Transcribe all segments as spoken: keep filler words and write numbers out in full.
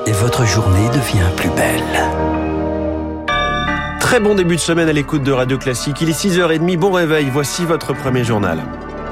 et votre journée devient plus belle. Très bon début de semaine à l'écoute de Radio Classique. Il est six heures trente, bon réveil, voici votre premier journal.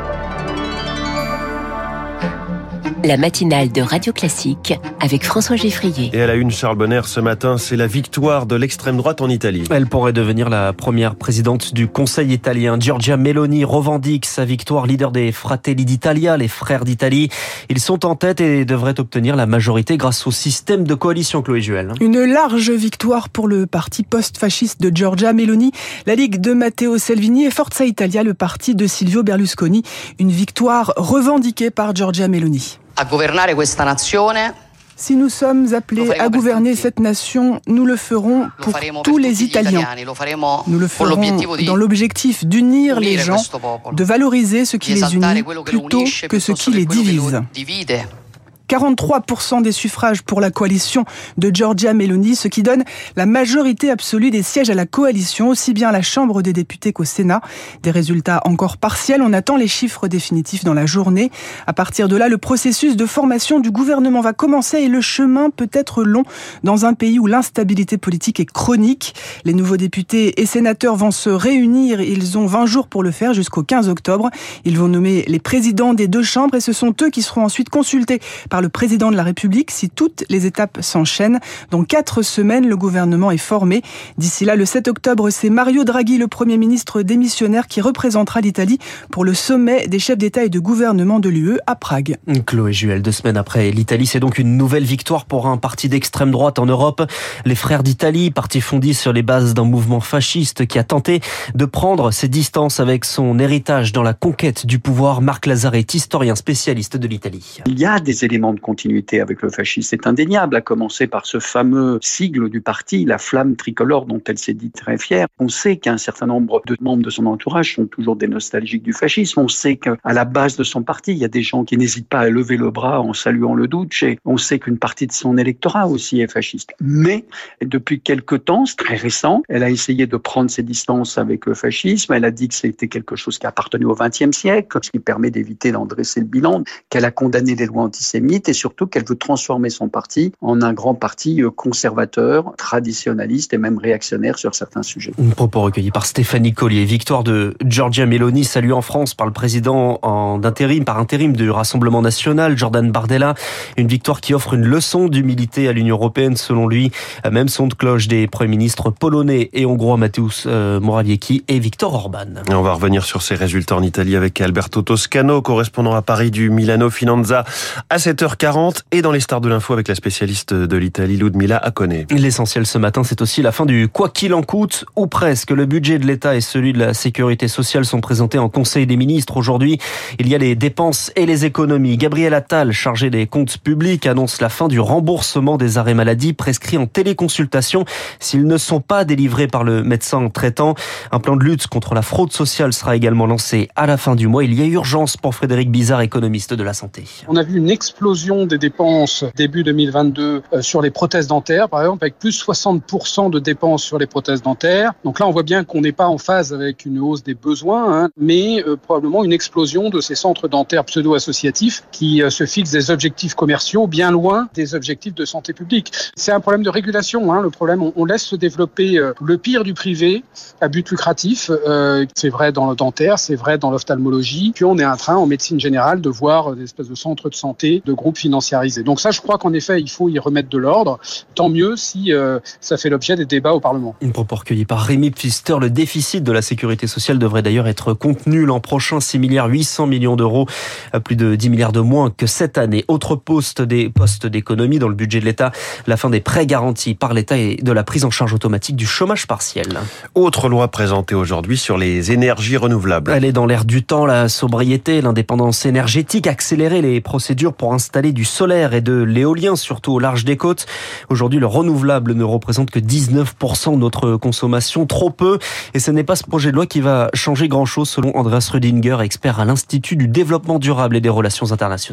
La matinale de Radio Classique avec François Geffrier. Et à la une, Charles Bonner, ce matin, c'est la victoire de l'extrême droite en Italie. Elle pourrait devenir la première présidente du Conseil italien. Giorgia Meloni revendique sa victoire, leader des Fratelli d'Italia, les frères d'Italie. Ils sont en tête et devraient obtenir la majorité grâce au système de coalition, Chloé Juel. Une large victoire pour le parti post-fasciste de Giorgia Meloni, la Ligue de Matteo Salvini et Forza Italia, le parti de Silvio Berlusconi. Une victoire revendiquée par Giorgia Meloni. A governare questa nazione. Si nous sommes appelés à gouverner cette nation, nous le ferons pour tous les Italiens. Nous le ferons dans l'objectif d'unir les gens, de valoriser ce qui les unit plutôt que ce qui les divise. quarante-trois pour cent des suffrages pour la coalition de Giorgia Meloni, ce qui donne la majorité absolue des sièges à la coalition, aussi bien à la Chambre des députés qu'au Sénat. Des résultats encore partiels, on attend les chiffres définitifs dans la journée. À partir de là, le processus de formation du gouvernement va commencer et le chemin peut être long dans un pays où l'instabilité politique est chronique. Les nouveaux députés et sénateurs vont se réunir, ils ont vingt jours pour le faire jusqu'au quinze octobre. Ils vont nommer les présidents des deux chambres et ce sont eux qui seront ensuite consultés par le président de la République si toutes les étapes s'enchaînent. Dans quatre semaines, le gouvernement est formé. D'ici là, le sept octobre, c'est Mario Draghi, le Premier ministre démissionnaire, qui représentera l'Italie pour le sommet des chefs d'État et de gouvernement de l'U E à Prague. Chloé Juel, deux semaines après l'Italie, c'est donc une nouvelle victoire pour un parti d'extrême droite en Europe. Les Frères d'Italie, parti fondé sur les bases d'un mouvement fasciste qui a tenté de prendre ses distances avec son héritage dans la conquête du pouvoir. Marc Lazzaretti, historien spécialiste de l'Italie. Il y a des éléments de continuité avec le fascisme, c'est indéniable, à commencer par ce fameux sigle du parti, la flamme tricolore dont elle s'est dit très fière. On sait qu'un certain nombre de membres de son entourage sont toujours des nostalgiques du fascisme. On sait qu'à la base de son parti, il y a des gens qui n'hésitent pas à lever le bras en saluant le Duce. Et on sait qu'une partie de son électorat aussi est fasciste. Mais depuis quelque temps, c'est très récent, elle a essayé de prendre ses distances avec le fascisme. Elle a dit que c'était quelque chose qui appartenait au vingtième siècle, ce qui permet d'éviter d'en dresser le bilan, qu'elle a condamné les lois antisémites et surtout qu'elle veut transformer son parti en un grand parti conservateur, traditionnaliste et même réactionnaire sur certains sujets. Un propos recueilli par Stéphanie Collier. Victoire de Giorgia Meloni, saluée en France par le président en intérim, par intérim du Rassemblement national, Jordan Bardella. Une victoire qui offre une leçon d'humilité à l'Union européenne, selon lui. Même son de cloche des premiers ministres polonais et hongrois, Mateusz Morawiecki et Viktor Orban. Et on va revenir sur ces résultats en Italie avec Alberto Toscano, correspondant à Paris du Milano Finanza, à sept heures quarante et dans les stars de l'info avec la spécialiste de l'Italie, Ludmila Acone. L'essentiel ce matin, c'est aussi la fin du quoi qu'il en coûte, ou presque. Le budget de l'État et celui de la sécurité sociale sont présentés en Conseil des ministres aujourd'hui. Il y a les dépenses et les économies. Gabriel Attal, chargé des comptes publics, annonce la fin du remboursement des arrêts maladie prescrits en téléconsultation s'ils ne sont pas délivrés par le médecin traitant. Un plan de lutte contre la fraude sociale sera également lancé à la fin du mois. Il y a urgence pour Frédéric Bizard, économiste de la santé. On a vu une explosion des dépenses début deux mille vingt-deux euh, sur les prothèses dentaires, par exemple, avec plus de soixante pour cent de dépenses sur les prothèses dentaires. Donc là, on voit bien qu'on n'est pas en phase avec une hausse des besoins, hein, mais euh, probablement une explosion de ces centres dentaires pseudo-associatifs qui euh, se fixent des objectifs commerciaux bien loin des objectifs de santé publique. C'est un problème de régulation, hein, le problème, on, on laisse se développer euh, le pire du privé à but lucratif. Euh, c'est vrai dans le dentaire, c'est vrai dans l'ophtalmologie. Puis on est en train, en médecine générale, de voir des espèces de centres de santé, de groupes financiarisés. Donc ça, je crois qu'en effet, il faut y remettre de l'ordre. Tant mieux si euh, ça fait l'objet des débats au Parlement. Une propos recueillie par Rémi Pfister. Le déficit de la sécurité sociale devrait d'ailleurs être contenu l'an prochain, six milliards huit cents millions d'euros, plus de dix milliards de moins que cette année. Autre poste des postes d'économie dans le budget de l'État, la fin des prêts garantis par l'État et de la prise en charge automatique du chômage partiel. Autre loi présentée aujourd'hui sur les énergies renouvelables. Elle est dans l'air du temps, la sobriété, l'indépendance énergétique, accélérer les procédures pour installer du solaire et de l'éolien, surtout au large des côtes. Aujourd'hui, le renouvelable ne représente que dix-neuf pour cent de notre consommation, trop peu. Et ce n'est pas ce projet de loi qui va changer grand-chose, selon Andreas Rüdinger, expert à l'Institut du développement durable et des relations internationales.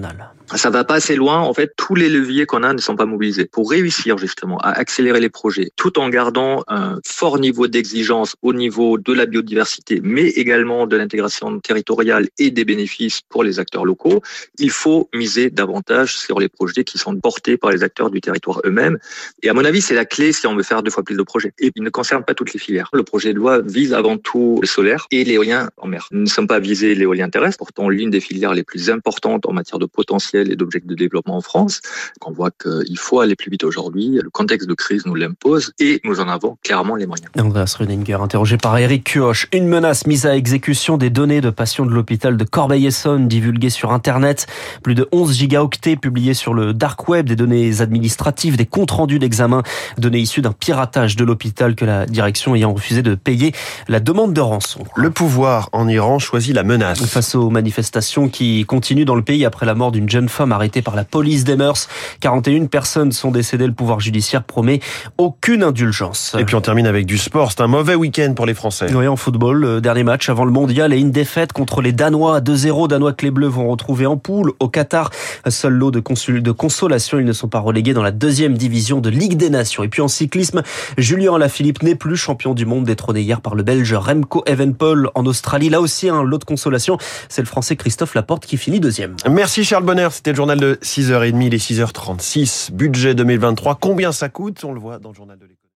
Ça va pas assez loin. En fait, tous les leviers qu'on a ne sont pas mobilisés pour réussir justement à accélérer les projets, tout en gardant un fort niveau d'exigence au niveau de la biodiversité, mais également de l'intégration territoriale et des bénéfices pour les acteurs locaux. Il faut miser davantage sur les projets qui sont portés par les acteurs du territoire eux-mêmes. Et à mon avis, c'est la clé si on veut faire deux fois plus de projets. Et il ne concerne pas toutes les filières. Le projet de loi vise avant tout le solaire et l'éolien en mer. Nous ne sommes pas visés l'éolien terrestre, pourtant l'une des filières les plus importantes en matière de potentiel et d'objectifs de développement en France. On voit qu'il faut aller plus vite aujourd'hui. Le contexte de crise nous l'impose et nous en avons clairement les moyens. Andreas Röninger, interrogé par Eric Cuoche. Une menace mise à exécution des données de patients de l'hôpital de Corbeil-Essonnes divulguées sur Internet. Plus de onze gigaoctets publiés sur le dark web, des données administratives, des comptes rendus d'examen, données issues d'un piratage de l'hôpital que la direction ayant refusé de payer la demande de rançon. Le pouvoir en Iran choisit la menace. Face aux manifestations qui continuent dans le pays après la mort d'une jeune femme arrêtée par la police des mœurs, quarante et une personnes sont décédées. Le pouvoir judiciaire promet aucune indulgence. Et puis on termine avec du sport. C'est un mauvais week-end pour les Français. Oui, en football, le dernier match avant le mondial et une défaite contre les Danois. deux zéro, Danois que les Bleus vont retrouver en poule au Qatar. Seul lot de, consul- de consolation, ils ne sont pas relégués dans la deuxième division de Ligue des Nations. Et puis en cyclisme, Julien Alaphilippe n'est plus champion du monde, détrôné hier par le Belge Remco Evenepoel en Australie. Là aussi, un lot de consolation. C'est le Français Christophe Laporte qui finit deuxième. Merci Charles Bonner. C'était le journal de six heures trente, les six heures trente-six. Budget deux mille vingt-trois. Combien ça coûte? On le voit dans le journal de l'économie.